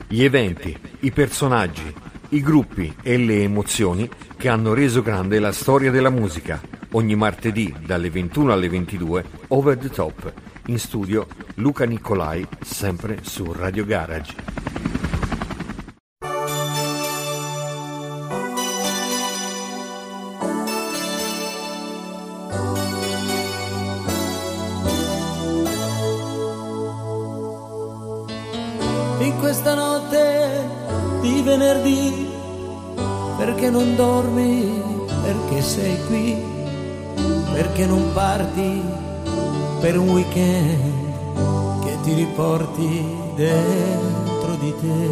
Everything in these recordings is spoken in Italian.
Gli eventi, i personaggi, i gruppi e le emozioni che hanno reso grande la storia della musica. Ogni martedì dalle 21 alle 22, Over the Top. In studio Luca Nicolai, sempre su Radio Garage. In questa notte di venerdì, perché non dormi, perché sei qui, perché non parti per un weekend che ti riporti dentro di te.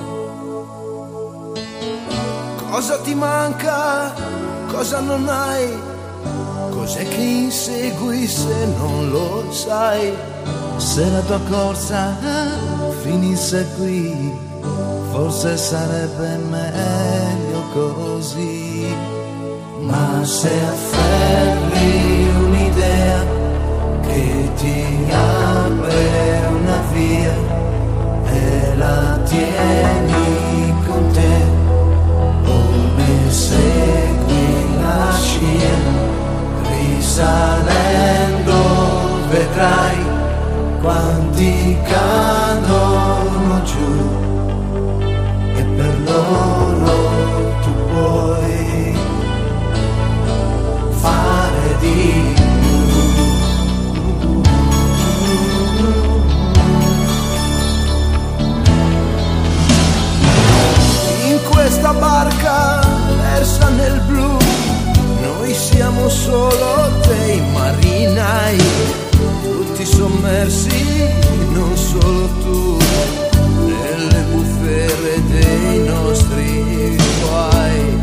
Cosa ti manca, cosa non hai, cos'è che insegui se non lo sai, se la tua corsa finisse qui, forse sarebbe meglio così. Ma se afferri un'idea che ti apre una via e la tieni con te, come segui la scia, risalendo vedrai quanti cadono giù e per loro tu puoi fare di più. In questa barca persa nel blu, noi siamo solo dei marinai, tutti sommersi, non solo tu, nelle bufere dei nostri guai.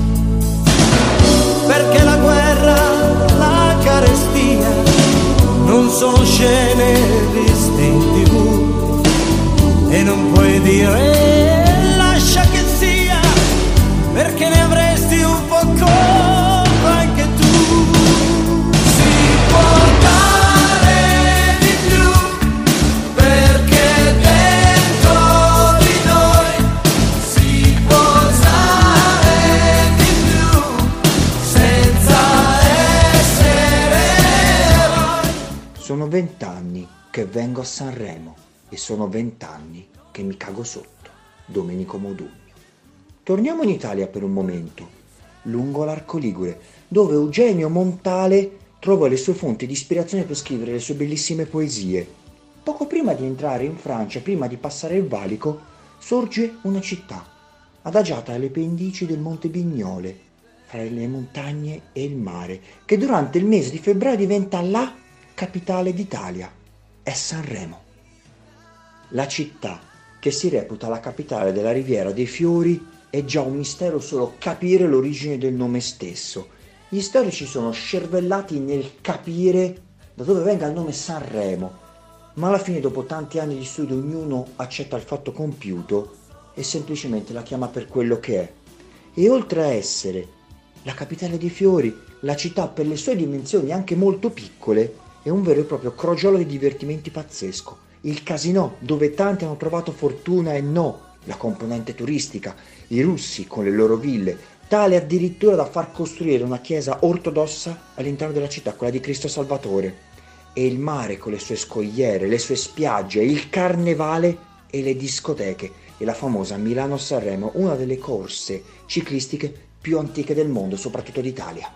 Perché la guerra, la carestia, non sono scene viste in TV, e non puoi dire lascia che sia, perché ne avresti un po' colpa anche tu. Si può dare di più, perché dentro di noi si può usare di più, senza essere eroi. Sono 20 anni che vengo a Sanremo e sono 20 anni che mi cago sotto. Domenico Modugno. Torniamo in Italia per un momento, lungo l'Arco Ligure, dove Eugenio Montale trova le sue fonti di ispirazione per scrivere le sue bellissime poesie. Poco prima di entrare in Francia, prima di passare il valico, sorge una città, adagiata alle pendici del Monte Bignole, fra le montagne e il mare, che durante il mese di febbraio diventa la capitale d'Italia. È Sanremo. La città, che si reputa la capitale della Riviera dei Fiori, è già un mistero solo capire l'origine del nome stesso. Gli storici sono scervellati nel capire da dove venga il nome Sanremo, ma alla fine, dopo tanti anni di studio, ognuno accetta il fatto compiuto e semplicemente la chiama per quello che è. E oltre a essere la capitale dei fiori, la città, per le sue dimensioni anche molto piccole, è un vero e proprio crogiolo di divertimenti pazzesco. Il casinò, dove tanti hanno trovato fortuna e no, la componente turistica, i russi con le loro ville, tale addirittura da far costruire una chiesa ortodossa all'interno della città, quella di Cristo Salvatore, e il mare con le sue scogliere, le sue spiagge, il carnevale e le discoteche, e la famosa Milano-Sanremo, una delle corse ciclistiche più antiche del mondo, soprattutto d'Italia.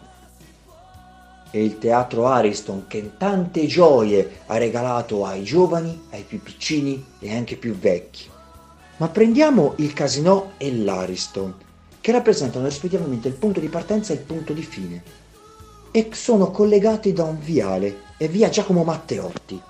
E il teatro Ariston, che tante gioie ha regalato ai giovani, ai più piccini e anche più vecchi. Ma prendiamo il Casinò e l'Ariston, che rappresentano rispettivamente il punto di partenza e il punto di fine, e sono collegati da un viale, e via Giacomo Matteotti.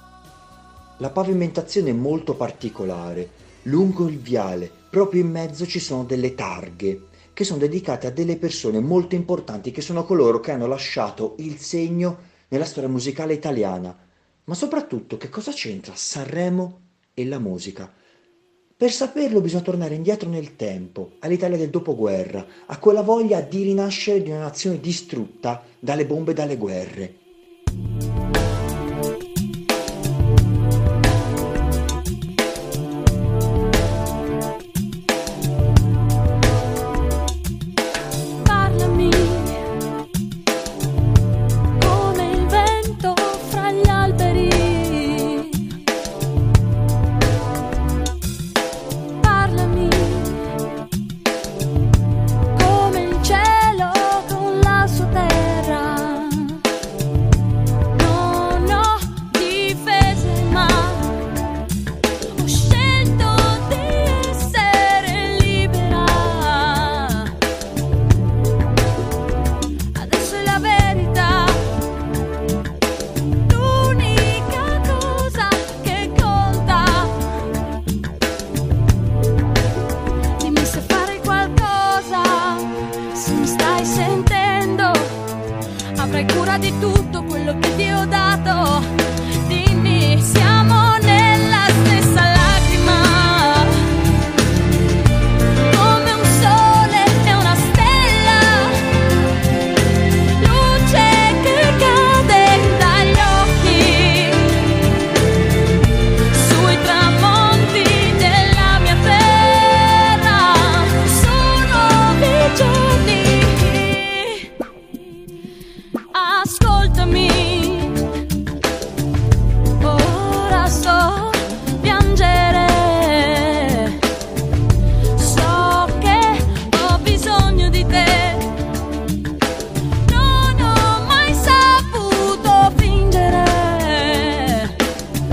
La pavimentazione è molto particolare. Lungo il viale, proprio in mezzo, ci sono delle targhe, che sono dedicate a delle persone molto importanti, che sono coloro che hanno lasciato il segno nella storia musicale italiana. Ma soprattutto, che cosa c'entra Sanremo e la musica? Per saperlo bisogna tornare indietro nel tempo, all'Italia del dopoguerra, a quella voglia di rinascere di una nazione distrutta dalle bombe e dalle guerre. paura di tutto quello che ti ho dato. Dimmi, siamo nella stessa lacrima, come un sole e una stella, luce che cade dagli occhi sui tramonti della mia terra. Sono dei giorni. Ascoltami, ora so piangere, so che ho bisogno di te, non ho mai saputo fingere,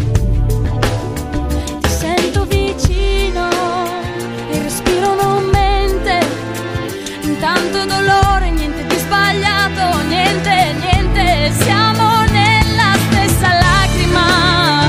ti sento vicino, il respiro non mente, intanto dolore, niente di sbagliato, niente, siamo nella stessa lacrima,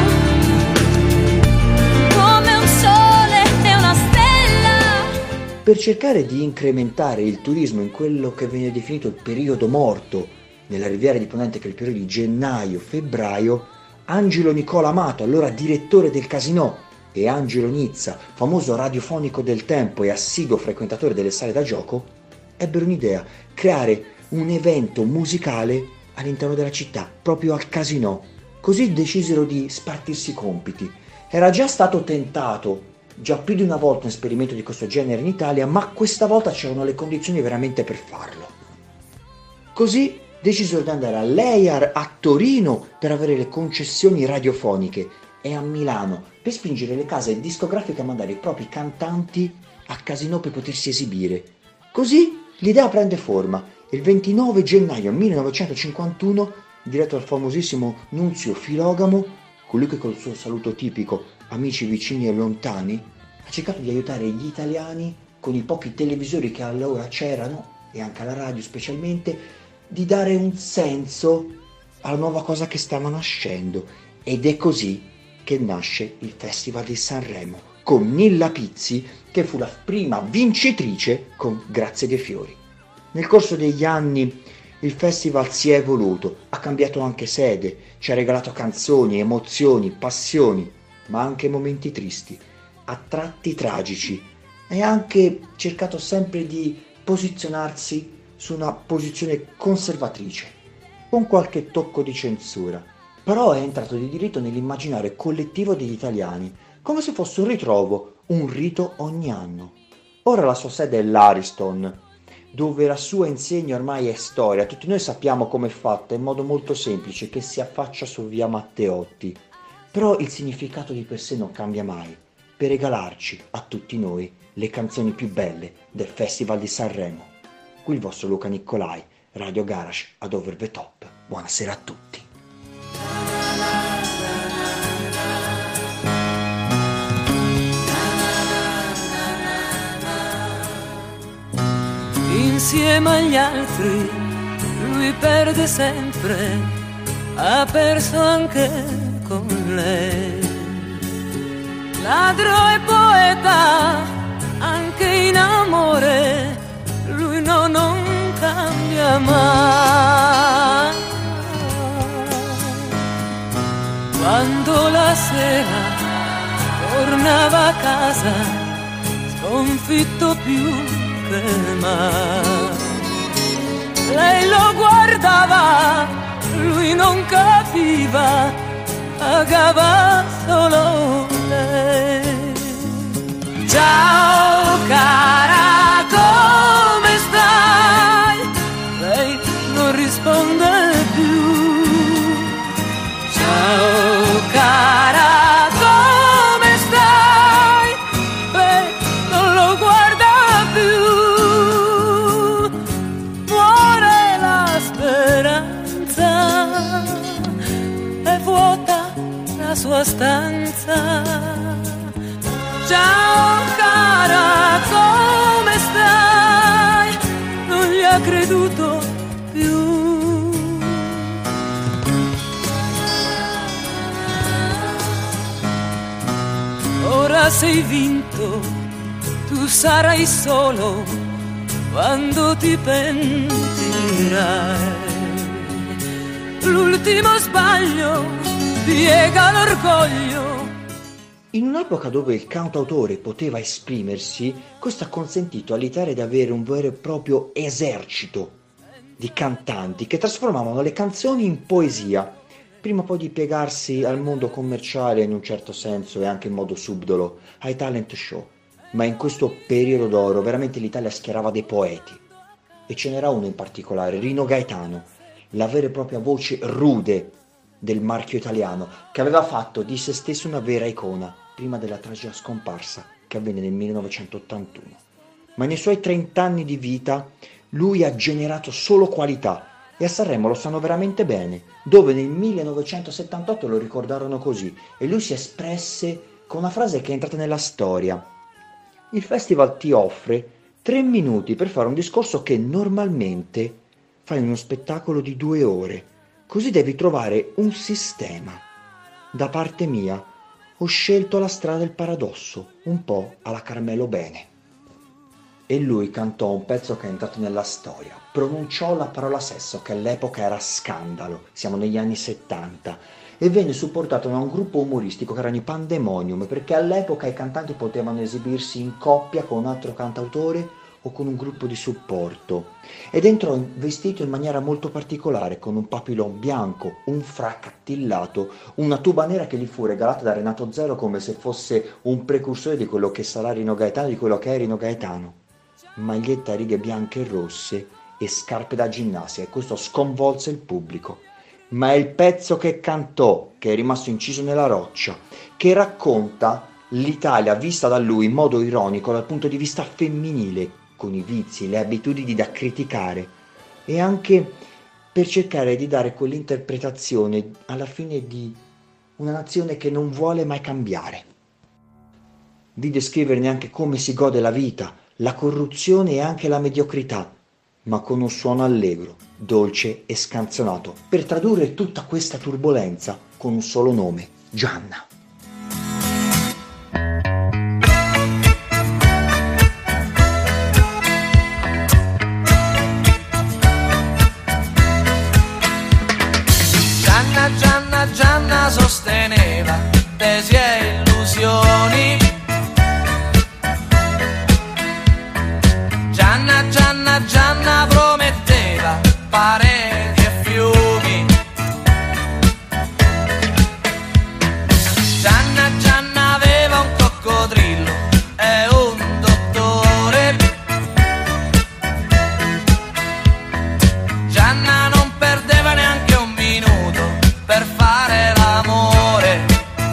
come un sole e una stella. Per cercare di incrementare il turismo in quello che viene definito il periodo morto nella Riviera di Ponente, che è il periodo di gennaio-febbraio, Angelo Nicola Amato, allora direttore del Casinò, e Angelo Nizza, famoso radiofonico del tempo e assiduo frequentatore delle sale da gioco, ebbero un'idea: creare un evento musicale all'interno della città, proprio al Casinò. Così decisero di spartirsi i compiti. Era già stato tentato già più di una volta un esperimento di questo genere in Italia, ma questa volta c'erano le condizioni veramente per farlo. Così decisero di andare all'EIAR a Torino per avere le concessioni radiofoniche e a Milano per spingere le case discografiche a mandare i propri cantanti a Casinò per potersi esibire. Così l'idea prende forma. Il 29 gennaio 1951, diretto dal famosissimo Nunzio Filogamo, colui che col suo saluto tipico amici vicini e lontani ha cercato di aiutare gli italiani con i pochi televisori che allora c'erano, e anche alla radio specialmente, di dare un senso alla nuova cosa che stava nascendo. Ed è così che nasce il Festival di Sanremo, con Nilla Pizzi, che fu la prima vincitrice con Grazie dei Fiori. Nel corso degli anni il festival si è evoluto, ha cambiato anche sede, ci ha regalato canzoni, emozioni, passioni, ma anche momenti tristi, a tratti tragici, e ha anche cercato sempre di posizionarsi su una posizione conservatrice, con qualche tocco di censura, però è entrato di diritto nell'immaginario collettivo degli italiani, come se fosse un ritrovo, un rito ogni anno. Ora la sua sede è l'Ariston, dove la sua insegna ormai è storia. Tutti noi sappiamo com'è fatta, in modo molto semplice, che si affaccia su via Matteotti. Però il significato di per sé non cambia mai, per regalarci a tutti noi le canzoni più belle del Festival di Sanremo. Qui il vostro Luca Nicolai, Radio Garage ad Over the Top. Buonasera a tutti. Insieme agli altri lui perde sempre, ha perso anche con lei. Ladro e poeta anche in amore, lui non cambia mai. Quando la sera tornava a casa sconfitto più che mai, lei lo guardava, lui non capiva, pagava solo lei. Ciao cara, come stai? Lei non risponde più. Ciao cara, come stai? Lei non lo guarda più. Muore la speranza, è vuota la sua stanza. Ciao cara, come stai? Non gli ha creduto più. Ora sei vinto, tu sarai solo quando ti pentirai. l'ultimo sbaglio piega l'orgoglio. In un'epoca dove il cantautore poteva esprimersi, questo ha consentito all'Italia di avere un vero e proprio esercito di cantanti che trasformavano le canzoni in poesia, prima poi di piegarsi al mondo commerciale in un certo senso e anche in modo subdolo, ai talent show. Ma in questo periodo d'oro veramente l'Italia schierava dei poeti. E ce n'era uno in particolare, Rino Gaetano, la vera e propria voce rude del marchio italiano, che aveva fatto di se stesso una vera icona prima della tragica scomparsa che avvenne nel 1981. Ma nei suoi 30 anni di vita lui ha generato solo qualità e a Sanremo lo sanno veramente bene, dove nel 1978 lo ricordarono così e lui si espresse con una frase che è entrata nella storia. Il festival ti offre 3 minuti per fare un discorso che normalmente fai in uno spettacolo di 2 ore. Così devi trovare un sistema. Da parte mia ho scelto la strada del paradosso, un po' alla Carmelo Bene. E lui cantò un pezzo che è entrato nella storia. Pronunciò la parola sesso, che all'epoca era scandalo, siamo negli anni 70, e venne supportato da un gruppo umoristico che erano i Pandemonium, perché all'epoca i cantanti potevano esibirsi in coppia con un altro cantautore o con un gruppo di supporto, ed entrò vestito in maniera molto particolare, con un papillon bianco, un frac attillato, una tuba nera che gli fu regalata da Renato Zero come se fosse un precursore di quello che sarà Rino Gaetano, di quello che è Rino Gaetano. Maglietta a righe bianche e rosse e scarpe da ginnastica, e questo sconvolse il pubblico. Ma è il pezzo che cantò, che è rimasto inciso nella roccia, che racconta l'Italia vista da lui in modo ironico dal punto di vista femminile, con i vizi, le abitudini da criticare, e anche per cercare di dare quell'interpretazione alla fine di una nazione che non vuole mai cambiare. Di descriverne anche come si gode la vita, la corruzione e anche la mediocrità, ma con un suono allegro, dolce e scanzonato, per tradurre tutta questa turbolenza con un solo nome, Gianna. Gianna sosteneva tesi e illusioni. Gianna prometteva pareti e fiumi. Gianna aveva un coccodrillo e un dottore. Gianna non perdeva neanche un minuto per fare l'amore.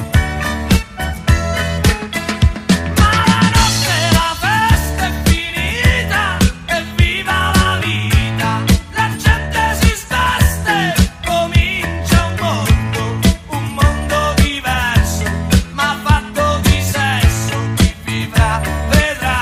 Ma la notte la festa è finita e viva la vita. La gente si sveste, comincia un mondo diverso, ma fatto di sesso. Chi vivrà vedrà.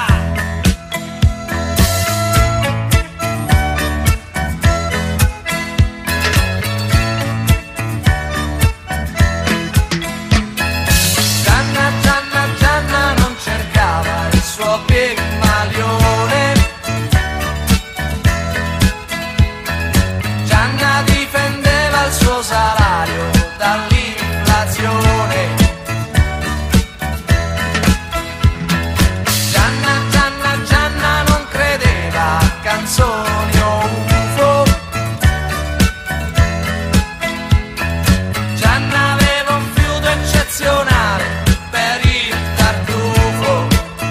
Gianna non cercava il suo Pigmalione. Gianna difendeva il suo salario dall'inflazione. Gianna non credeva a canzoni o UFO. Gianna aveva un fiuto eccezionale per il tartufo.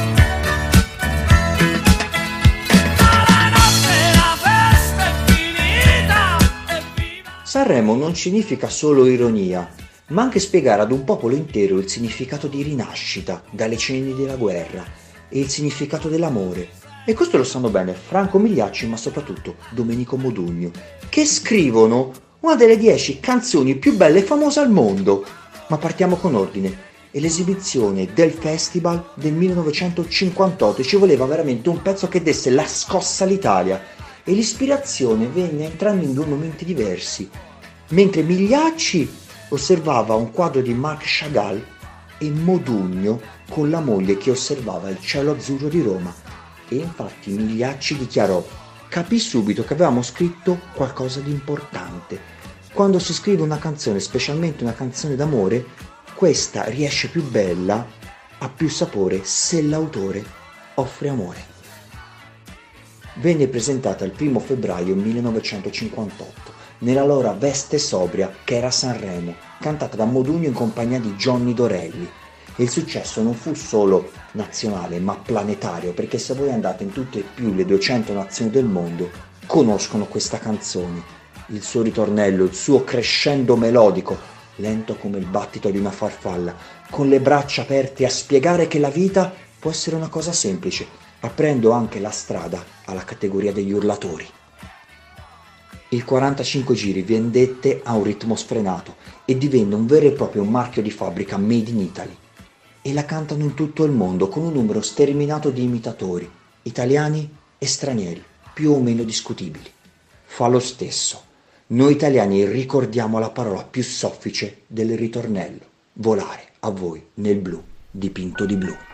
Ma la notte la festa è finita e viva. Sanremo non significa solo ironia, ma anche spiegare ad un popolo intero il significato di rinascita dalle ceneri della guerra e il significato dell'amore. E questo lo sanno bene Franco Migliacci, ma soprattutto Domenico Modugno, che scrivono una delle 10 canzoni più belle e famose al mondo. Ma partiamo con ordine. È l'esibizione del festival del 1958 e ci voleva veramente un pezzo che desse la scossa all'Italia, e l'ispirazione venne entrando in 2 momenti diversi. Mentre Migliacci osservava un quadro di Marc Chagall e Modugno con la moglie che osservava il cielo azzurro di Roma, e infatti Migliacci dichiarò: capì subito che avevamo scritto qualcosa di importante. Quando si scrive una canzone, specialmente una canzone d'amore, questa riesce più bella, ha più sapore se l'autore offre amore. Venne presentata il 1 febbraio 1958 nella loro veste sobria che era Sanremo, cantata da Modugno in compagnia di Johnny Dorelli. E il successo non fu solo nazionale ma planetario, perché se voi andate in tutte e più le 200 nazioni del mondo conoscono questa canzone, il suo ritornello, il suo crescendo melodico, lento come il battito di una farfalla, con le braccia aperte a spiegare che la vita può essere una cosa semplice, aprendo anche la strada alla categoria degli urlatori. Il 45 giri vendette a un ritmo sfrenato e divenne un vero e proprio marchio di fabbrica made in Italy. E la cantano in tutto il mondo con un numero sterminato di imitatori, italiani e stranieri, più o meno discutibili. Fa lo stesso. Noi italiani ricordiamo la parola più soffice del ritornello: volare a voi nel blu, dipinto di blu.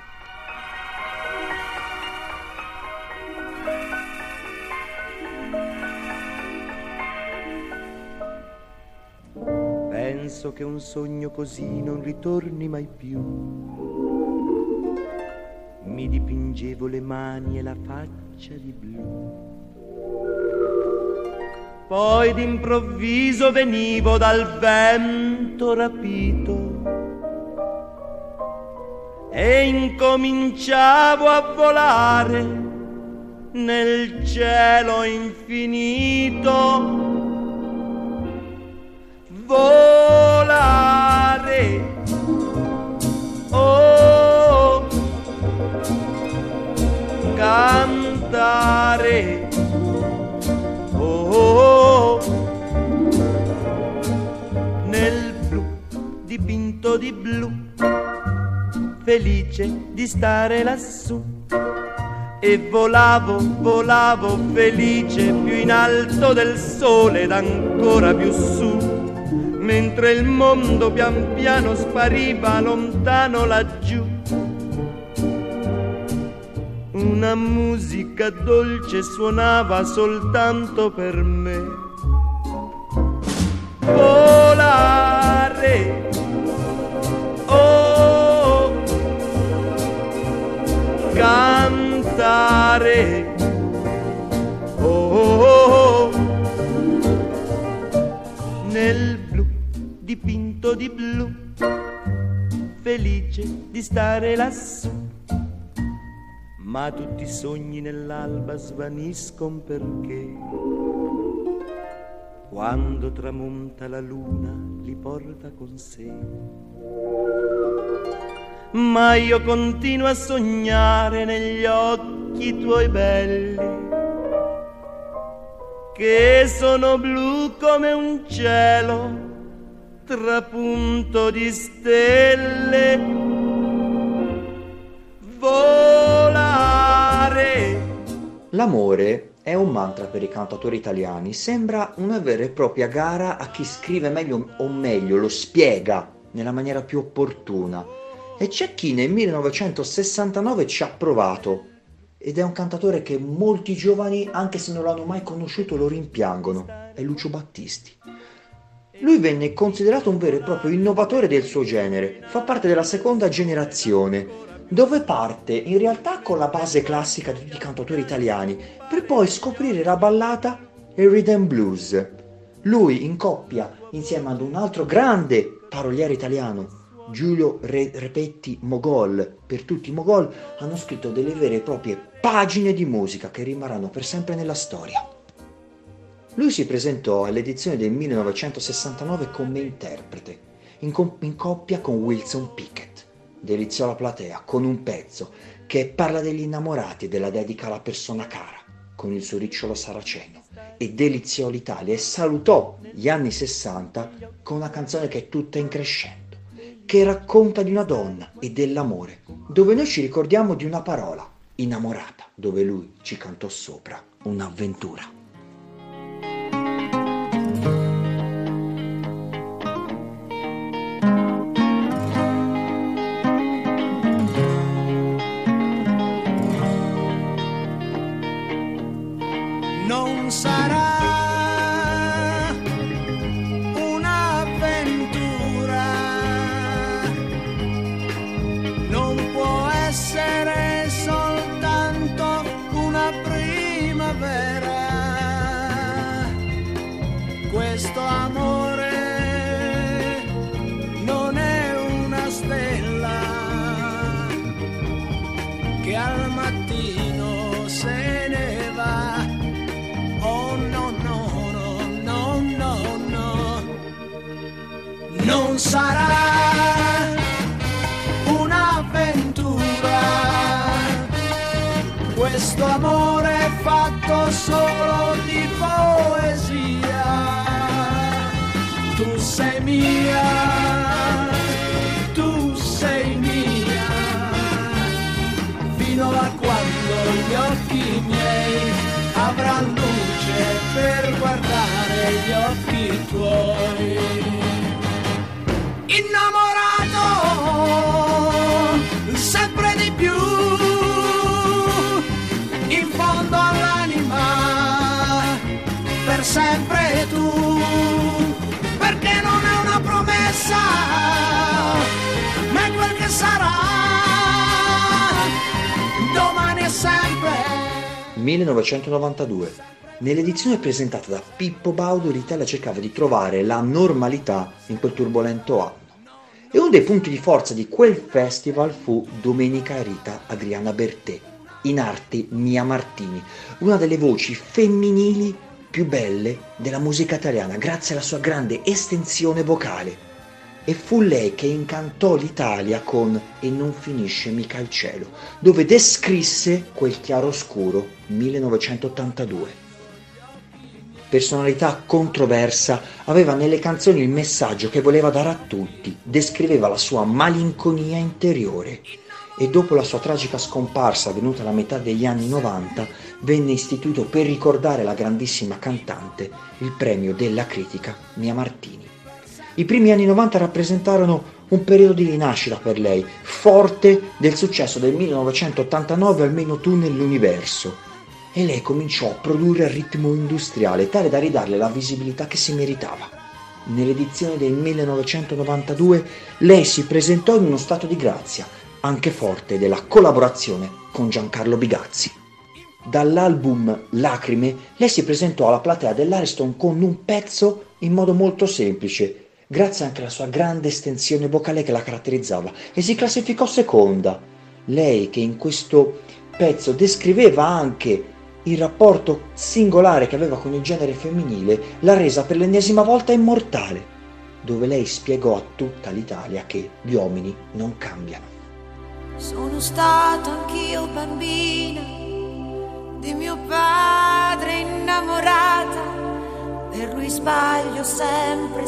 Penso che un sogno così non ritorni mai più. Mi dipingevo le mani e la faccia di blu. Poi d'improvviso venivo dal vento rapito e incominciavo a volare nel cielo infinito. Volare, oh, cantare, oh, nel blu dipinto di blu, felice di stare lassù. E volavo, volavo felice più in alto del sole ed ancora più su, mentre il mondo pian piano spariva lontano laggiù. Una musica dolce suonava soltanto per me. Volare, oh, cantare, oh, nel dipinto di blu, felice di stare lassù. Ma tutti i sogni nell'alba svaniscono perché quando tramonta la luna li porta con sé. Ma io continuo a sognare negli occhi tuoi belli, che sono blu come un cielo trapunto di stelle. Volare. L'amore è un mantra per i cantatori italiani, sembra una vera e propria gara a chi scrive meglio o meglio lo spiega nella maniera più opportuna. E c'è chi nel 1969 ci ha provato, ed è un cantatore che molti giovani, anche se non l'hanno mai conosciuto, lo rimpiangono, è Lucio Battisti. Lui venne considerato un vero e proprio innovatore del suo genere, fa parte della seconda generazione, dove parte in realtà con la base classica di tutti i cantautori italiani, per poi scoprire la ballata e il rhythm blues. Lui in coppia, insieme ad un altro grande paroliere italiano, Giulio Repetti Mogol, per tutti i Mogol, hanno scritto delle vere e proprie pagine di musica che rimarranno per sempre nella storia. Lui si presentò all'edizione del 1969 come interprete, in coppia con Wilson Pickett. Deliziò la platea con un pezzo che parla degli innamorati e della dedica alla persona cara, con il suo ricciolo saraceno, e deliziò l'Italia e salutò gli anni 60 con una canzone che è tutta in crescendo, che racconta di una donna e dell'amore, dove noi ci ricordiamo di una parola, innamorata, dove lui ci cantò sopra un'avventura. Non sarà sarà un'avventura, questo amore è fatto solo di poesia. Tu sei mia, tu sei mia, fino a quando gli occhi miei avranno luce per guardare gli occhi tuoi. Innamorato sempre di più, in fondo all'anima, per sempre tu, perché non è una promessa, ma è quel che sarà, domani e sempre. 1992. Nell'edizione presentata da Pippo Baudo, l'Italia cercava di trovare la normalità in quel turbolento anno. E uno dei punti di forza di quel festival fu Domenica Rita Adriana Bertè, in arte Mia Martini, una delle voci femminili più belle della musica italiana, grazie alla sua grande estensione vocale. E fu lei che incantò l'Italia con E non finisce mica il cielo, dove descrisse quel chiaroscuro 1982. Personalità controversa, aveva nelle canzoni il messaggio che voleva dare a tutti, descriveva la sua malinconia interiore e dopo la sua tragica scomparsa avvenuta alla metà degli anni 90 venne istituito per ricordare la grandissima cantante il premio della critica Mia Martini. I primi anni 90 rappresentarono un periodo di rinascita per lei, forte del successo del 1989 Almeno tu nell'universo. E lei cominciò a produrre a ritmo industriale, tale da ridarle la visibilità che si meritava. Nell'edizione del 1992 lei si presentò in uno stato di grazia, anche forte della collaborazione con Giancarlo Bigazzi. Dall'album Lacrime lei si presentò alla platea dell'Ariston con un pezzo in modo molto semplice, grazie anche alla sua grande estensione vocale che la caratterizzava, e si classificò seconda. Lei che in questo pezzo descriveva anche il rapporto singolare che aveva con il genere femminile, l'ha resa per l'ennesima volta immortale, dove lei spiegò a tutta l'Italia che gli uomini non cambiano. Sono stato anch'io bambina di mio padre innamorata, per lui sbaglio sempre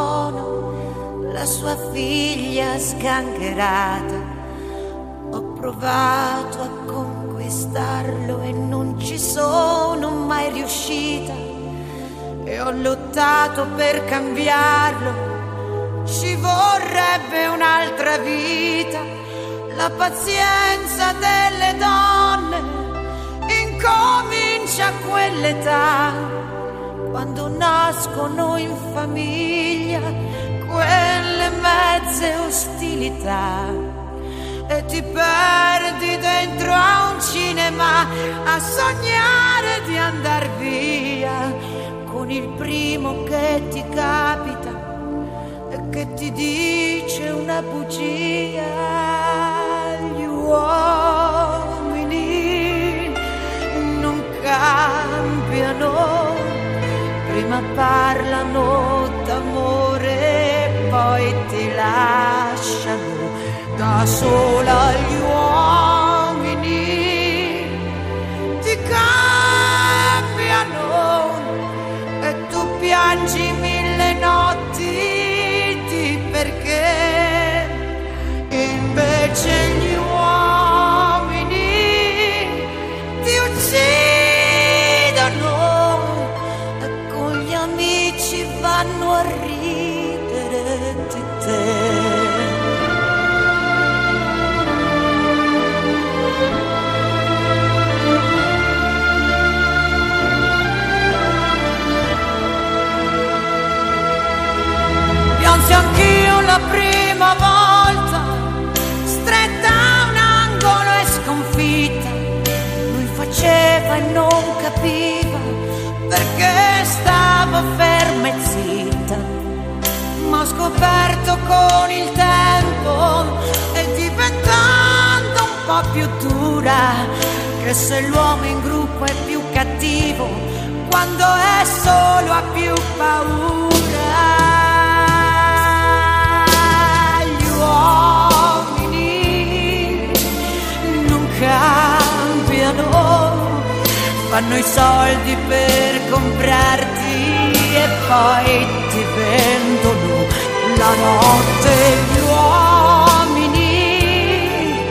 sono la sua figlia sgangherata. Ho provato a conquistarlo e non ci sono mai riuscita, e ho lottato per cambiarlo, ci vorrebbe un'altra vita. La pazienza delle donne incomincia a quell'età, quando nascono in famiglia quelle mezze ostilità, e ti perdi dentro a un cinema a sognare di andar via con il primo che ti capita e che ti dice una bugia. Gli uomini non cambiano, prima parlano d'amore, poi ti lasciano da sola. Gli uomini ti cambiano e tu piangi 1000 notti di perché, invece gli uomini ti uccidono e con gli amici vanno a ridere di te. Piansi anch'io la prima volta, stretta a un angolo e sconfitta. Lui faceva e non capiva perché stava ferma e zitta. Ma ho scoperto con il tempo e diventando un po' più dura che se l'uomo in gruppo è più cattivo quando è solo ha più paura. fanno i soldi per comprarti e poi ti vendono la notte gli uomini.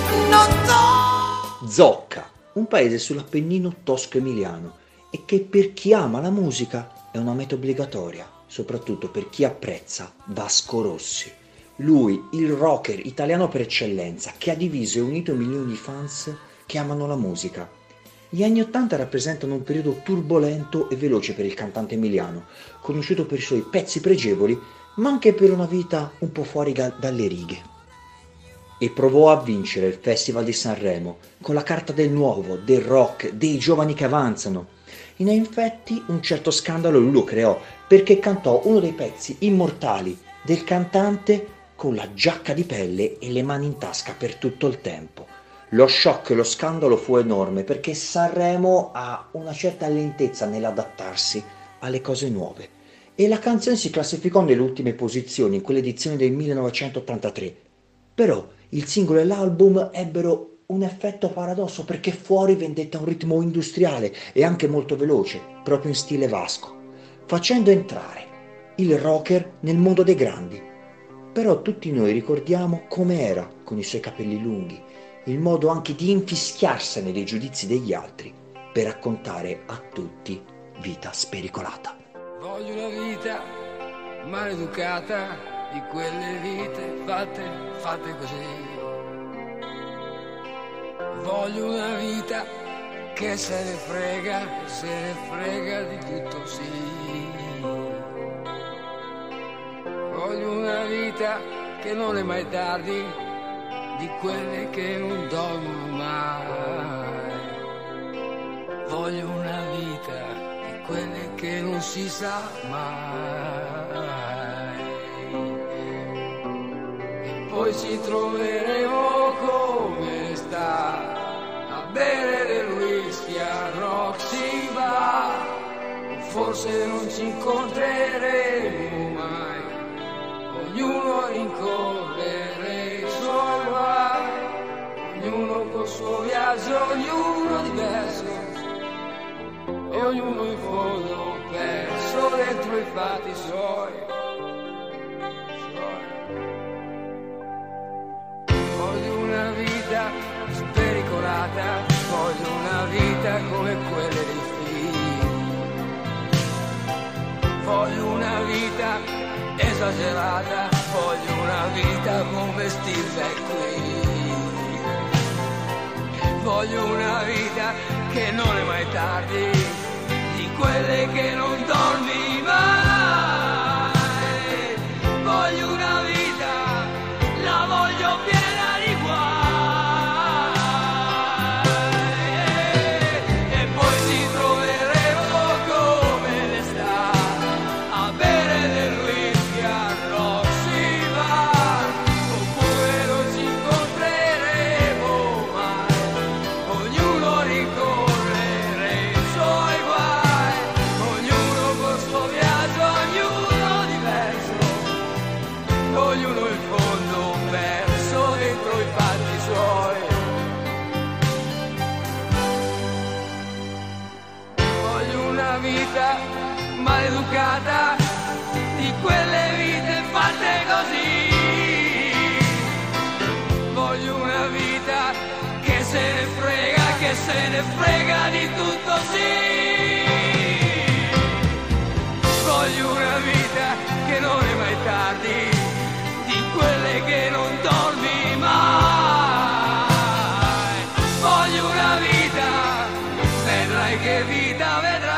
Zocca, un paese sull'Appennino tosco-emiliano e che per chi ama la musica è una meta obbligatoria, soprattutto per chi apprezza Vasco Rossi. Lui, il rocker italiano per eccellenza, che ha diviso e unito milioni di fans che amano la musica. Gli anni '80 rappresentano un periodo turbolento e veloce per il cantante emiliano, conosciuto per i suoi pezzi pregevoli, ma anche per una vita un po' fuori dalle righe. E provò a vincere il Festival di Sanremo con la carta del nuovo, del rock, dei giovani che avanzano. In effetti un certo scandalo lui lo creò perché cantò uno dei pezzi immortali del cantante con la giacca di pelle e le mani in tasca per tutto il tempo. Lo shock e lo scandalo fu enorme perché Sanremo ha una certa lentezza nell'adattarsi alle cose nuove e la canzone si classificò nelle ultime posizioni in quell'edizione del 1983. Però il singolo e l'album ebbero un effetto paradosso perché fuori vendetta un ritmo industriale e anche molto veloce, proprio in stile Vasco, facendo entrare il rocker nel mondo dei grandi. Però tutti noi ricordiamo come era con i suoi capelli lunghi, il modo anche di infischiarsene dei giudizi degli altri per raccontare a tutti vita spericolata. Voglio una vita maleducata, di quelle vite fatte così. Voglio una vita che se ne frega di tutto, sì. Voglio una vita che non è mai tardi, di quelle che non dormono mai. Voglio una vita di quelle che non si sa mai. E poi ci troveremo come sta a bere del whisky a Roxy Bar. Forse non ci incontreremo mai, ognuno rincorrere i suoi guai, ognuno col suo viaggio, ognuno diverso e ognuno in fondo perso dentro i fatti suoi. Voglio una vita spericolata, voglio una vita come quelle dei film. Voglio una vita esagerata, voglio una vita come Steve McQueen. Voglio una vita che non è mai tardi, di quelle che non dormi mai. Voglio una vita, la voglio piena di guai. E poi ci troveremo come l'estate a bere del whisky a Roxy Bar. Oppure non ci incontreremo mai, ognuno rincorrere i suoi guai, ognuno col suo viaggio, ognuno diverso, ognuno in fondo perso dentro i fatti suoi. Voglio una vita maleducata, di quelle vite fatte così. Voglio una vita che se ne frega di tutto, sì. Voglio una vita che non è mai tardi, di quelle che non dormi mai. Voglio una vita, vedrai che vita vedrai.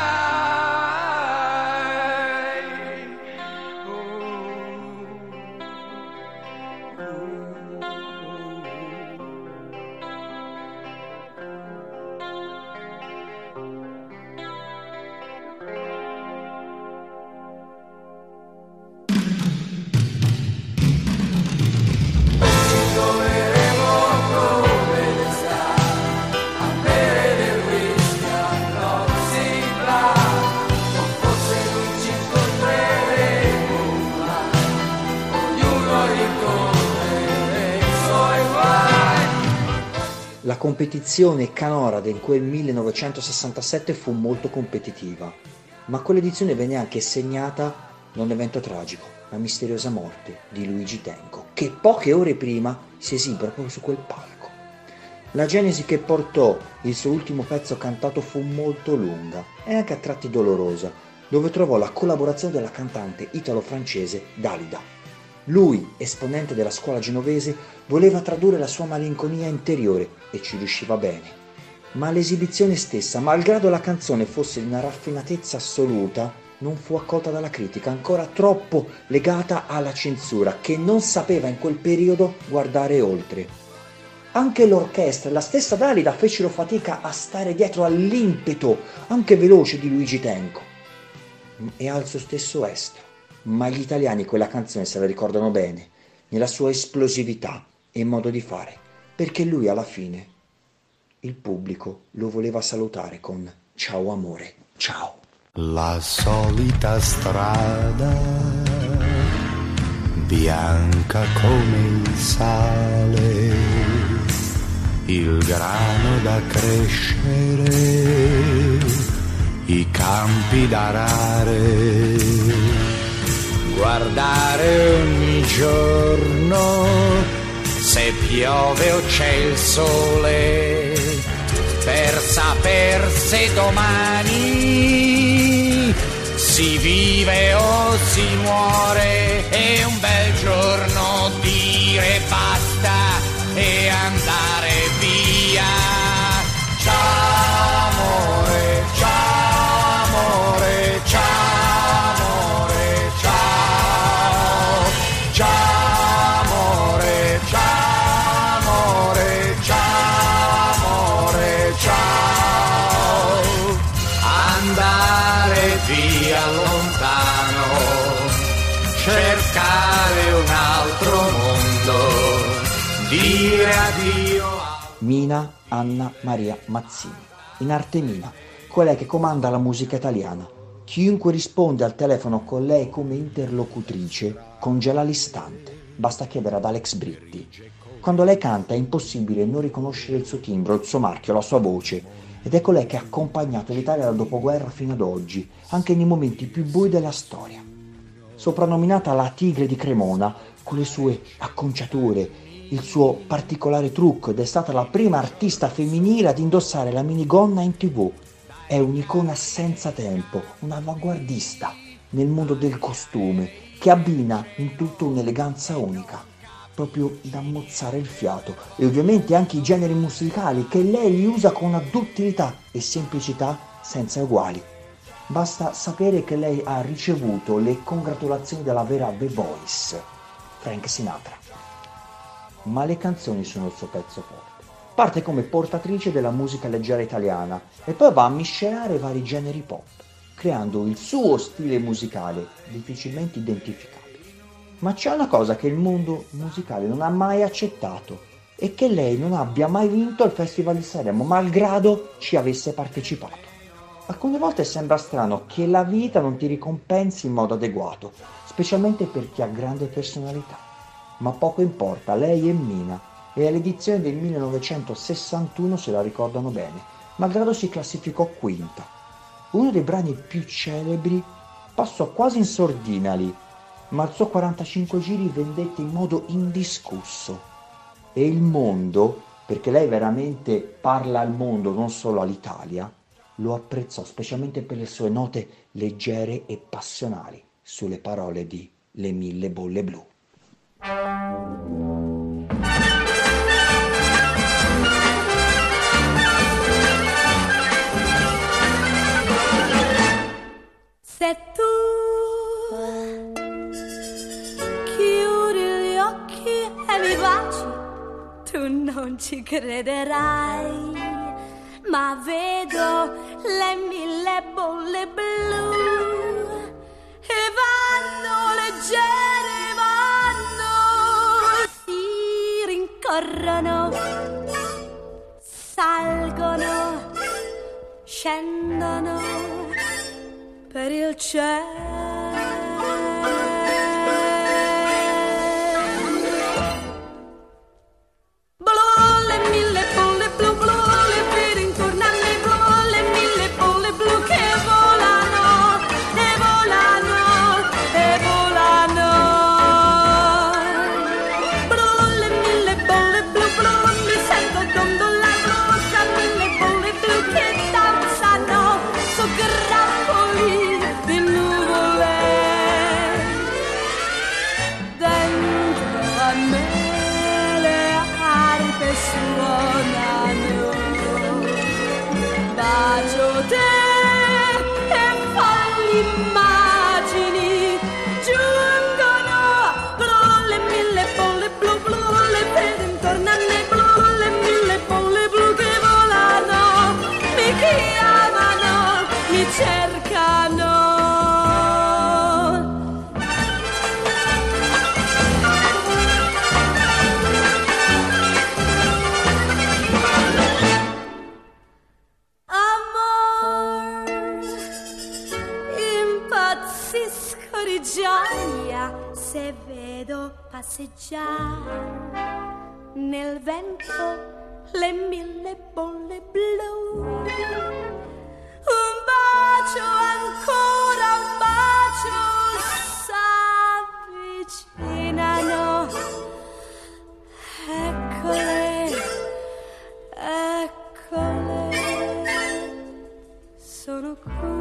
La competizione canora del quel 1967 fu molto competitiva, ma quell'edizione venne anche segnata da un evento tragico, la misteriosa morte di Luigi Tenco, che poche ore prima si esibì proprio su quel palco. La genesi che portò il suo ultimo pezzo cantato fu molto lunga e anche a tratti dolorosa, dove trovò la collaborazione della cantante italo-francese Dalida. Lui, esponente della scuola genovese, voleva tradurre la sua malinconia interiore e ci riusciva bene. Ma l'esibizione stessa, malgrado la canzone fosse di una raffinatezza assoluta, non fu accolta dalla critica, ancora troppo legata alla censura, che non sapeva in quel periodo guardare oltre. Anche l'orchestra e la stessa Dalida fecero fatica a stare dietro all'impeto, anche veloce, di Luigi Tenco e al suo stesso estro. Ma gli italiani quella canzone se la ricordano bene, nella sua esplosività e modo di fare, perché lui alla fine, il pubblico lo voleva salutare con ciao amore, ciao. La solita strada, bianca come il sale, il grano da crescere, i campi da arare. Guardare ogni giorno se piove o c'è il sole, per saper se domani si vive o si muore. E un bel giorno dire basta e andare via. Ciao amore, ciao amore, ciao. Lontano, cercare un altro mondo, dire addio a... Mina Anna Maria Mazzini, in arte Mina, quella che comanda la musica italiana. Chiunque risponde al telefono con lei come interlocutrice congela l'istante, basta chiedere ad Alex Britti. Quando lei canta è impossibile non riconoscere il suo timbro, il suo marchio, la sua voce. Ed ecco lei che ha accompagnato l'Italia dal dopoguerra fino ad oggi, anche nei momenti più bui della storia. Soprannominata la Tigre di Cremona, con le sue acconciature, il suo particolare trucco, ed è stata la prima artista femminile ad indossare la minigonna in TV. È un'icona senza tempo, un'avanguardista nel mondo del costume, che abbina in tutto un'eleganza unica, proprio da mozzare il fiato, e ovviamente anche i generi musicali che lei li usa con una duttilità e semplicità senza uguali. Basta sapere che lei ha ricevuto le congratulazioni della vera The Voice, Frank Sinatra. Ma le canzoni sono il suo pezzo forte. Parte come portatrice della musica leggera italiana e poi va a miscelare vari generi pop, creando il suo stile musicale difficilmente identificabile. Ma c'è una cosa che il mondo musicale non ha mai accettato, e che lei non abbia mai vinto il Festival di Sanremo, malgrado ci avesse partecipato. Alcune volte sembra strano che la vita non ti ricompensi in modo adeguato, specialmente per chi ha grande personalità. Ma poco importa, lei è Mina, e all'edizione del 1961 se la ricordano bene, malgrado si classificò quinta. Uno dei brani più celebri passò quasi in sordina lì, ma il suo 45 giri vendette in modo indiscusso. E il mondo, perché lei veramente parla al mondo, non solo all'Italia, lo apprezzò specialmente per le sue note leggere e passionali sulle parole di Le mille bolle blu. Se tu chiudi gli occhi e mi baci, tu non ci crederai, ma vedo le mille bolle blu e vanno leggere, vanno, si rincorrono, salgono, scendono per il cielo. Blu, le mille bolle blu, te e folli immagini giungono, blu le mille bolle blu blu le vede intorno a me, blu le mille bolle blu che volano, mi chiamano, mi cercano. Di gioia se vedo passeggiare nel vento le mille bolle blu. Un bacio ancora, un bacio s'avvicinano. Eccole, eccole, sono qui.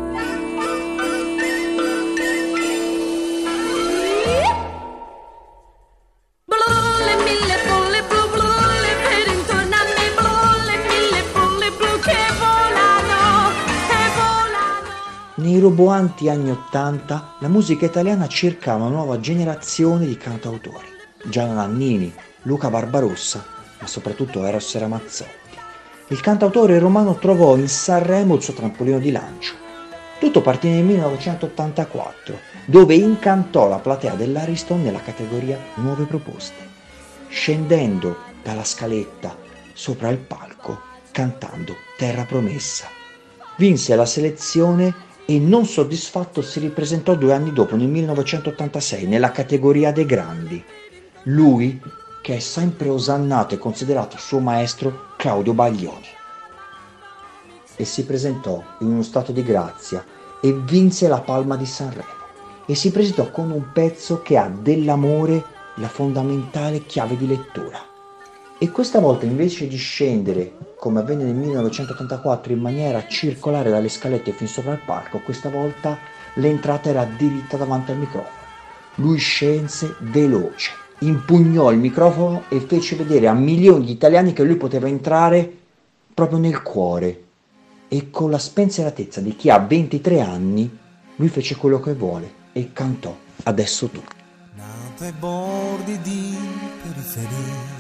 Nei roboanti anni '80 la musica italiana cerca una nuova generazione di cantautori. Gianna Nannini, Luca Barbarossa, ma soprattutto Eros Ramazzotti. Il cantautore romano trovò in Sanremo il suo trampolino di lancio. Tutto partì nel 1984, dove incantò la platea dell'Ariston nella categoria Nuove Proposte, scendendo dalla scaletta sopra il palco cantando Terra Promessa. Vinse la selezione e non soddisfatto si ripresentò 2 anni dopo, nel 1986, nella categoria dei grandi. Lui, che è sempre osannato e considerato suo maestro, Claudio Baglioni. E si presentò in uno stato di grazia e vinse la Palma di Sanremo. E si presentò con un pezzo che ha dell'amore la fondamentale chiave di lettura. E questa volta, invece di scendere, come avvenne nel 1984, in maniera circolare dalle scalette fin sopra il palco, questa volta l'entrata era diritta davanti al microfono. Lui scelse veloce, impugnò il microfono e fece vedere a milioni di italiani che lui poteva entrare proprio nel cuore. E con la spensieratezza di chi ha 23 anni, lui fece quello che vuole e cantò Adesso tu. Nato ai bordi di periferia,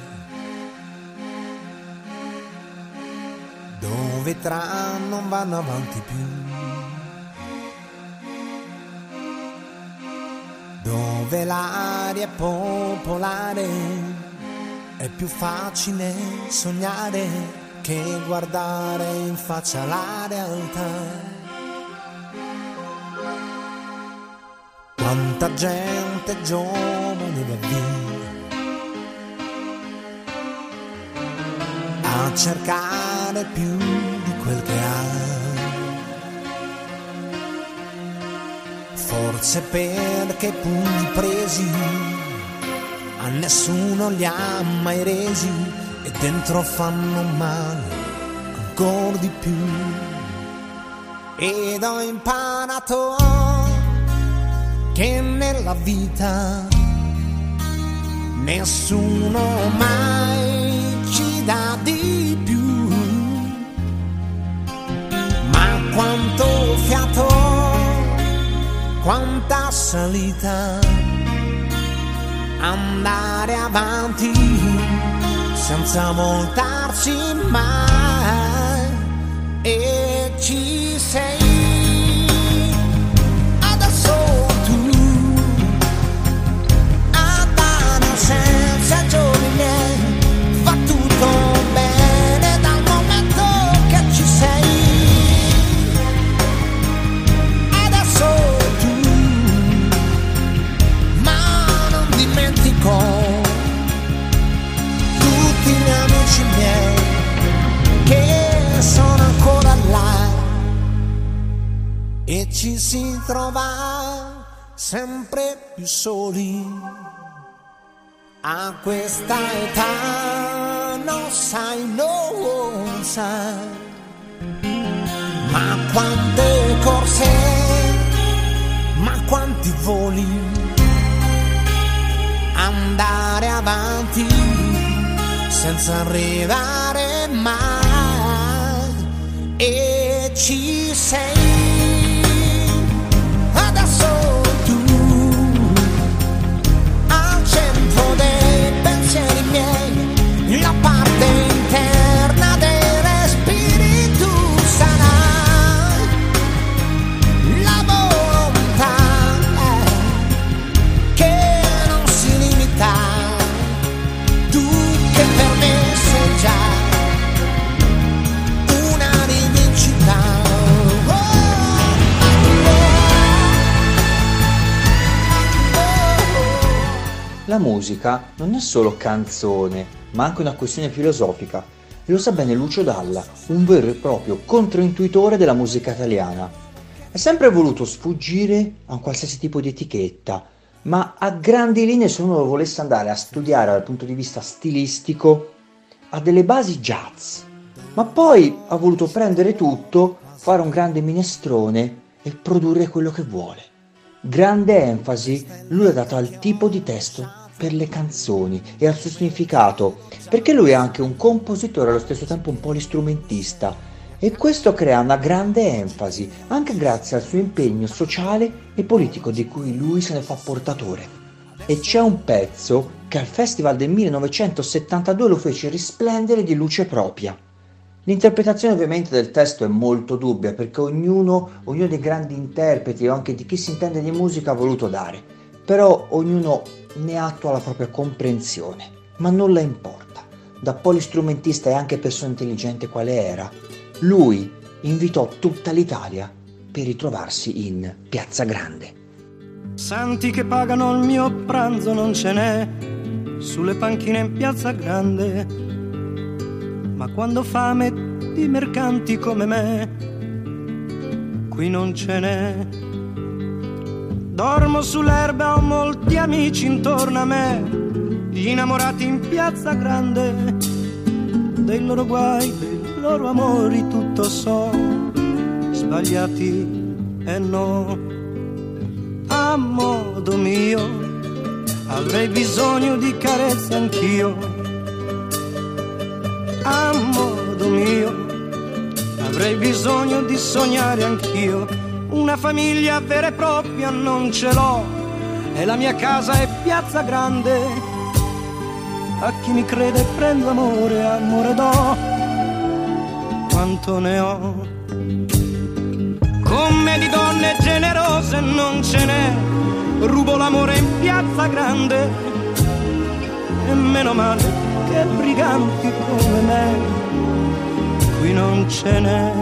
dove i tram non vanno avanti più, dove l'aria è popolare, è più facile sognare che guardare in faccia la realtà. Quanta gente giovane va via a cercare più di quel che ha, forse perché i pugni presi a nessuno li ha mai resi e dentro fanno male ancora di più. Ed ho imparato che nella vita nessuno mai ci dà di più, ma quanto fiato, quanta salita, andare avanti senza voltarsi mai. E ci sei adesso tu a dare senza giorni miei, va tutto bene dal momento che ci sei. Adesso tu, ma non dimentico tutti gli amici miei che sono ancora là, e ci si trova sempre più soli a questa età, non sai, non sai, ma quante corse, ma quanti voli, andare avanti senza arrivare mai. E ci sei. Adesso tu al centro dei pensieri miei, la parte interna dei respiri, tu sarai la volontà che non si limita, tu che per me sei già una rivincita. La musica non è solo canzone, ma anche una questione filosofica, e lo sa bene Lucio Dalla, un vero e proprio controintuitore della musica italiana. Ha sempre voluto sfuggire a un qualsiasi tipo di etichetta, ma a grandi linee, se uno volesse andare a studiare dal punto di vista stilistico, ha delle basi jazz, ma poi ha voluto prendere tutto, fare un grande minestrone e produrre quello che vuole. Grande enfasi lui ha dato al tipo di testo per le canzoni e al suo significato, perché lui è anche un compositore e allo stesso tempo un polistrumentista, e questo crea una grande enfasi anche grazie al suo impegno sociale e politico di cui lui se ne fa portatore. E c'è un pezzo che al Festival del 1972 lo fece risplendere di luce propria. L'interpretazione ovviamente del testo è molto dubbia, perché ognuno dei grandi interpreti o anche di chi si intende di musica ha voluto dare, però ognuno ne attua la propria comprensione, ma nulla importa. Da polistrumentista e anche persona intelligente quale era, lui invitò tutta l'Italia per ritrovarsi in Piazza Grande. Santi che pagano il mio pranzo non ce n'è sulle panchine in Piazza Grande, ma quando fame di mercanti come me, qui non ce n'è. Dormo sull'erba, ho molti amici intorno a me, gli innamorati in Piazza Grande, dei loro guai, dei loro amori tutto so, sbagliati e no. A modo mio avrei bisogno di carezze anch'io, a modo mio avrei bisogno di sognare anch'io. Una famiglia vera e propria non ce l'ho, e la mia casa è Piazza Grande. A chi mi crede prendo amore, amore do, quanto ne ho. Come di donne generose non ce n'è, rubo l'amore in Piazza Grande, e meno male che briganti come me qui non ce n'è.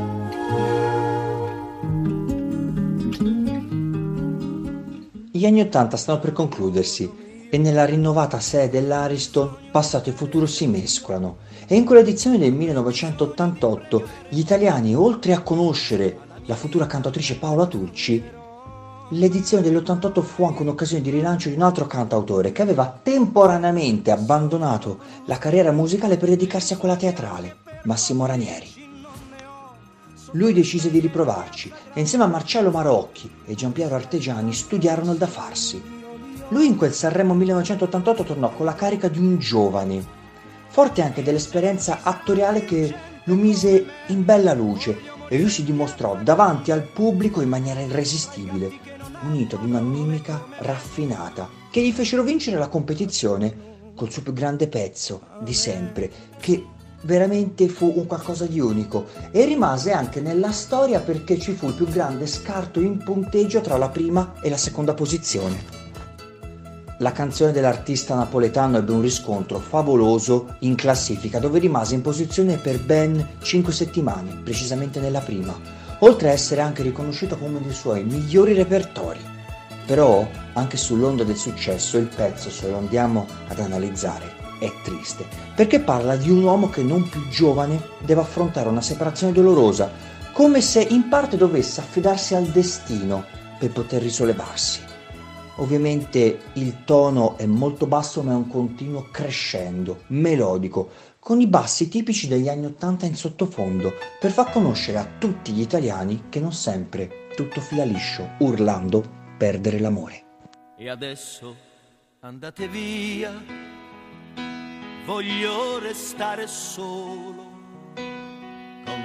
Gli anni '80 stanno per concludersi e nella rinnovata sede dell'Ariston passato e futuro si mescolano, e in quell'edizione del 1988 gli italiani, oltre a conoscere la futura cantautrice Paola Turci, l'edizione dell'88 fu anche un'occasione di rilancio di un altro cantautore che aveva temporaneamente abbandonato la carriera musicale per dedicarsi a quella teatrale, Massimo Ranieri. Lui decise di riprovarci e insieme a Marcello Marocchi e Giampiero Artegiani studiarono il da farsi. Lui in quel Sanremo 1988 tornò con la carica di un giovane, forte anche dell'esperienza attoriale che lo mise in bella luce, e lui si dimostrò davanti al pubblico in maniera irresistibile, unito ad una mimica raffinata, che gli fecero vincere la competizione col suo più grande pezzo di sempre, che veramente fu un qualcosa di unico e rimase anche nella storia perché ci fu il più grande scarto in punteggio tra la prima e la seconda posizione. La canzone dell'artista napoletano ebbe un riscontro favoloso in classifica, dove rimase in posizione per ben 5 settimane, precisamente nella prima, oltre a essere anche riconosciuto come uno dei suoi migliori repertori. Però, anche sull'onda del successo, il pezzo, se lo andiamo ad analizzare, è triste, perché parla di un uomo che non più giovane deve affrontare una separazione dolorosa, come se in parte dovesse affidarsi al destino per poter risollevarsi. Ovviamente il tono è molto basso, ma è un continuo crescendo, melodico, con i bassi tipici degli anni '80 in sottofondo, per far conoscere a tutti gli italiani che non sempre tutto fila liscio, urlando perdere l'amore. E adesso andate via, voglio restare solo con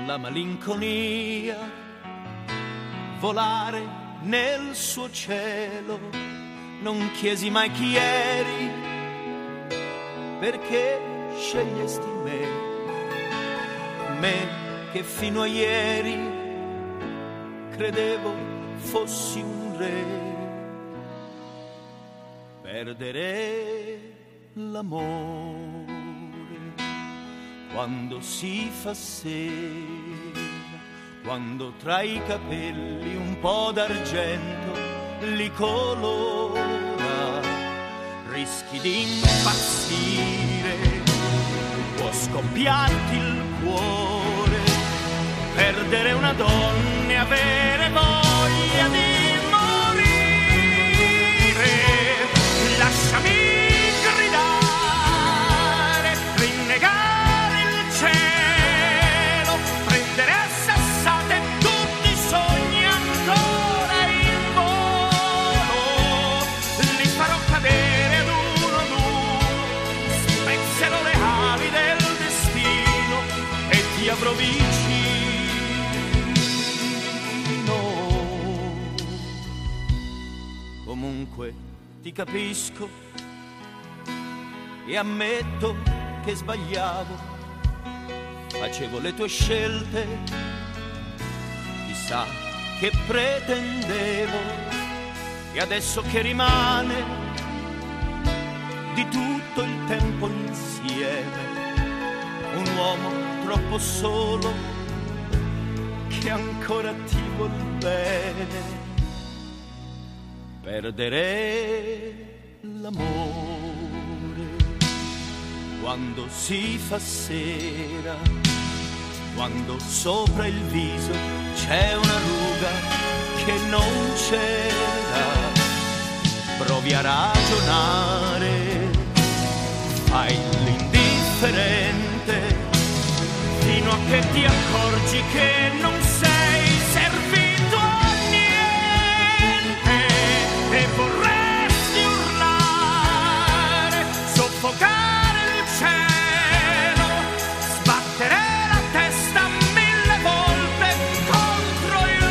la malinconia, volare nel suo cielo. Non chiesi mai chi eri, perché scegliesti me che fino a ieri credevo fossi un re. Perdere l'amore quando si fa sera, quando tra i capelli un po' d'argento li colora, rischi di impazzire, può scoppiarti il cuore, perdere una donna e avere voglia di morire. Lasciami gridare, rinnegare il cielo, prendere a sassate tutti i sogni ancora in volo, li farò cadere ad uno, spezzerò le ali del destino e ti avrò vicino. Comunque ti capisco e ammetto che sbagliavo, facevo le tue scelte, chissà che pretendevo, e adesso che rimane di tutto il tempo insieme, un uomo troppo solo che ancora ti vuol bene. Perdere l'amore quando si fa sera, quando sopra il viso c'è una ruga che non c'era. Provi a ragionare, fai l'indifferente, fino a che ti accorgi che non sei servito a niente e vorresti urlare, soffocare il cielo, sbattere la testa 1000 volte contro il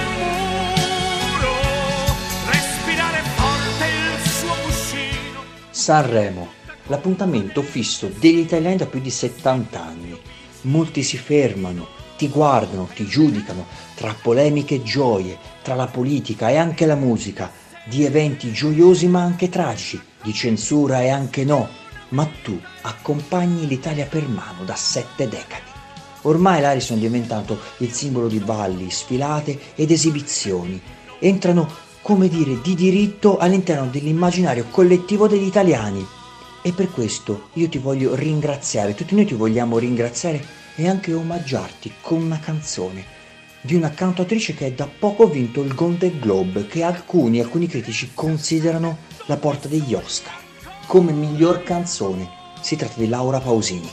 muro, respirare forte il suo cuscino. Sanremo, l'appuntamento fisso degli italiani da più di 70 anni. Molti si fermano, ti guardano, ti giudicano, tra polemiche e gioie, tra la politica e anche la musica, di eventi gioiosi ma anche tragici, di censura e anche no, ma tu accompagni l'Italia per mano da 7 decadi. Ormai l'Ariston è diventato il simbolo di balli, sfilate ed esibizioni. Entrano, come dire, di diritto all'interno dell'immaginario collettivo degli italiani. E per questo io ti voglio ringraziare, tutti noi ti vogliamo ringraziare e anche omaggiarti con una canzone di una cantautrice che da poco ha vinto il Golden Globe, che alcuni critici considerano la porta degli Oscar come miglior canzone. Si tratta di Laura Pausini.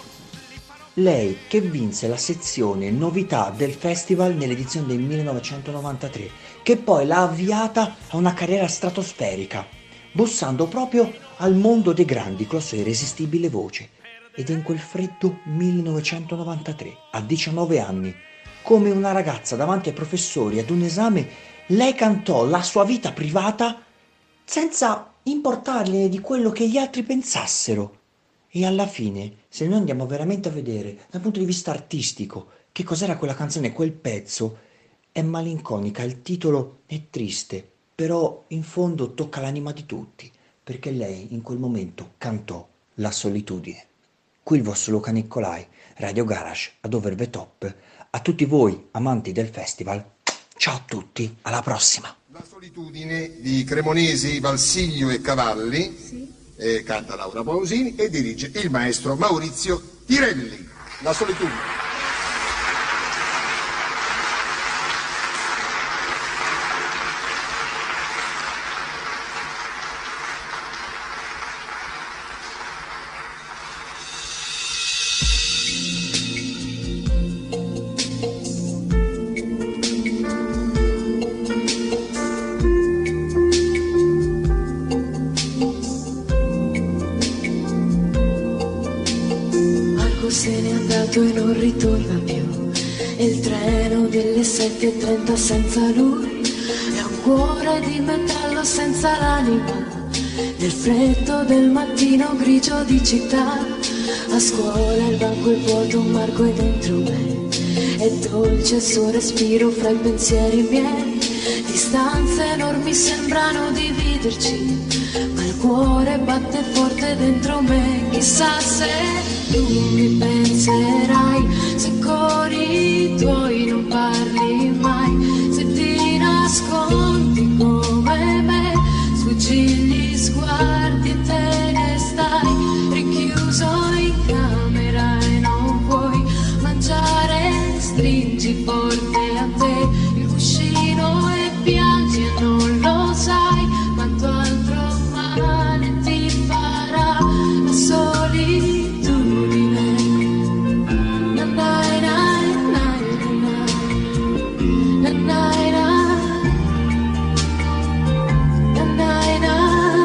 Lei che vinse la sezione novità del festival nell'edizione del 1993, che poi l'ha avviata a una carriera stratosferica, bussando proprio al mondo dei grandi con la sua irresistibile voce. Ed è in quel freddo 1993, a 19 anni, come una ragazza davanti ai professori ad un esame, lei cantò la sua vita privata senza importargliene di quello che gli altri pensassero. E alla fine, se noi andiamo veramente a vedere dal punto di vista artistico che cos'era quella canzone, quel pezzo, è malinconica, il titolo è triste, però in fondo tocca l'anima di tutti, perché lei in quel momento cantò la solitudine. Qui il vostro Luca Nicolai, Radio Garage ad Over the Top. A tutti voi amanti del festival, ciao a tutti, alla prossima. La solitudine di Cremonesi, Valsiglio e Cavalli, sì. Canta Laura Pausini e dirige il maestro Maurizio Tirelli. La solitudine. Se n'è andato e non ritorna più, e il treno delle 7:30 senza lui, è un cuore di metallo senza l'anima, nel freddo del mattino grigio di città. A scuola il banco è vuoto, un marco è dentro me, è dolce il suo respiro fra i pensieri miei. Distanze enormi sembrano dividerci, ma il cuore batte forte dentro me. Chissà se tu mi penserai, se con i tuoi non parli mai, se ti nascondi come me, sfuggi gli sguardi e te ne stai rinchiuso in camera e non puoi mangiare. Stringi forte a te il cuscino e piangi e non lo sai quanto altro male ti farà la solitudine. Na na na na na na na na.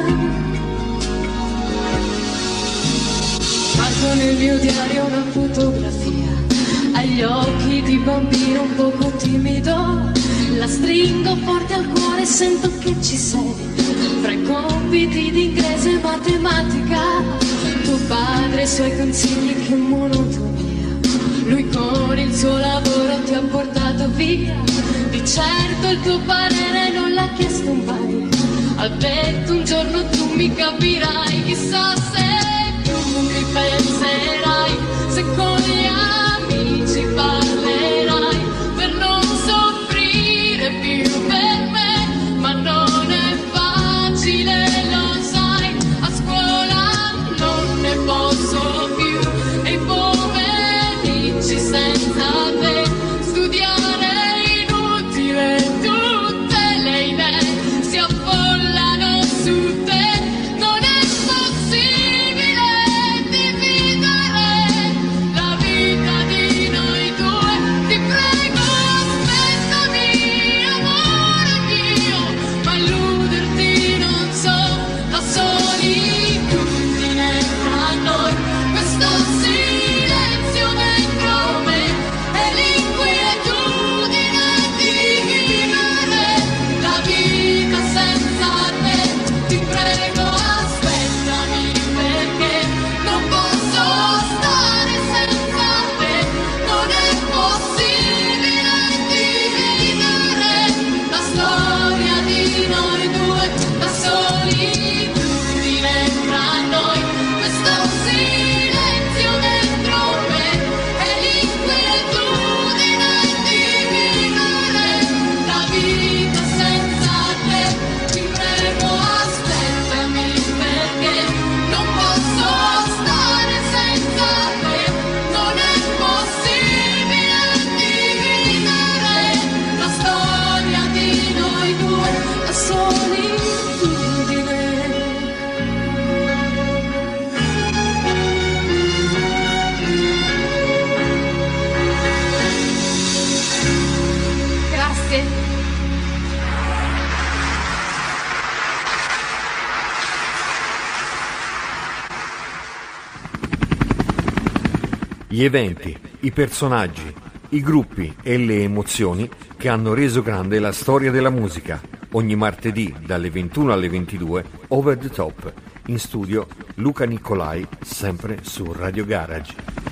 Guardo nel mio diario una fotografia, agli occhi di bambino un poco timido, la stringo forte al cuore e sento che ci sei, fra i compiti di inglese e matematica, tuo padre e i suoi consigli, che monotonia, lui con il suo lavoro ti ha portato via, di certo il tuo parere non l'ha chiesto mai, ha detto un giorno tu mi capirai. Chissà se tu mi penserai, se con gli amici parlerai, per non soffrire più per me, ma non è facile, lo sai, a scuola non ne posso più, e i pomeriggi senza te, studiare inutile, tutte le idee si affollano su te, non è possibile dividere la vita di noi due, ti prego aspettami amore mio, ma illuderti non so, la solitudine tra noi, questo silenzio dentro me e l'inquietudine di vivere la vita senza te, ti prego aspettami perché non posso stare senza te, non è possibile dividere la storia di noi due, la solitudine tra noi, questo silenzio dentro me e l'inquietudine di vivere la vita senza te, ti prego aspettami perché non posso stare senza te, non è possibile dividere la storia di noi due, la solitudine. Grazie. Gli eventi, i personaggi, i gruppi e le emozioni che hanno reso grande la storia della musica. Ogni martedì dalle 21 alle 22, Over the Top. In studio Luca Nicolai, sempre su Radio Garage.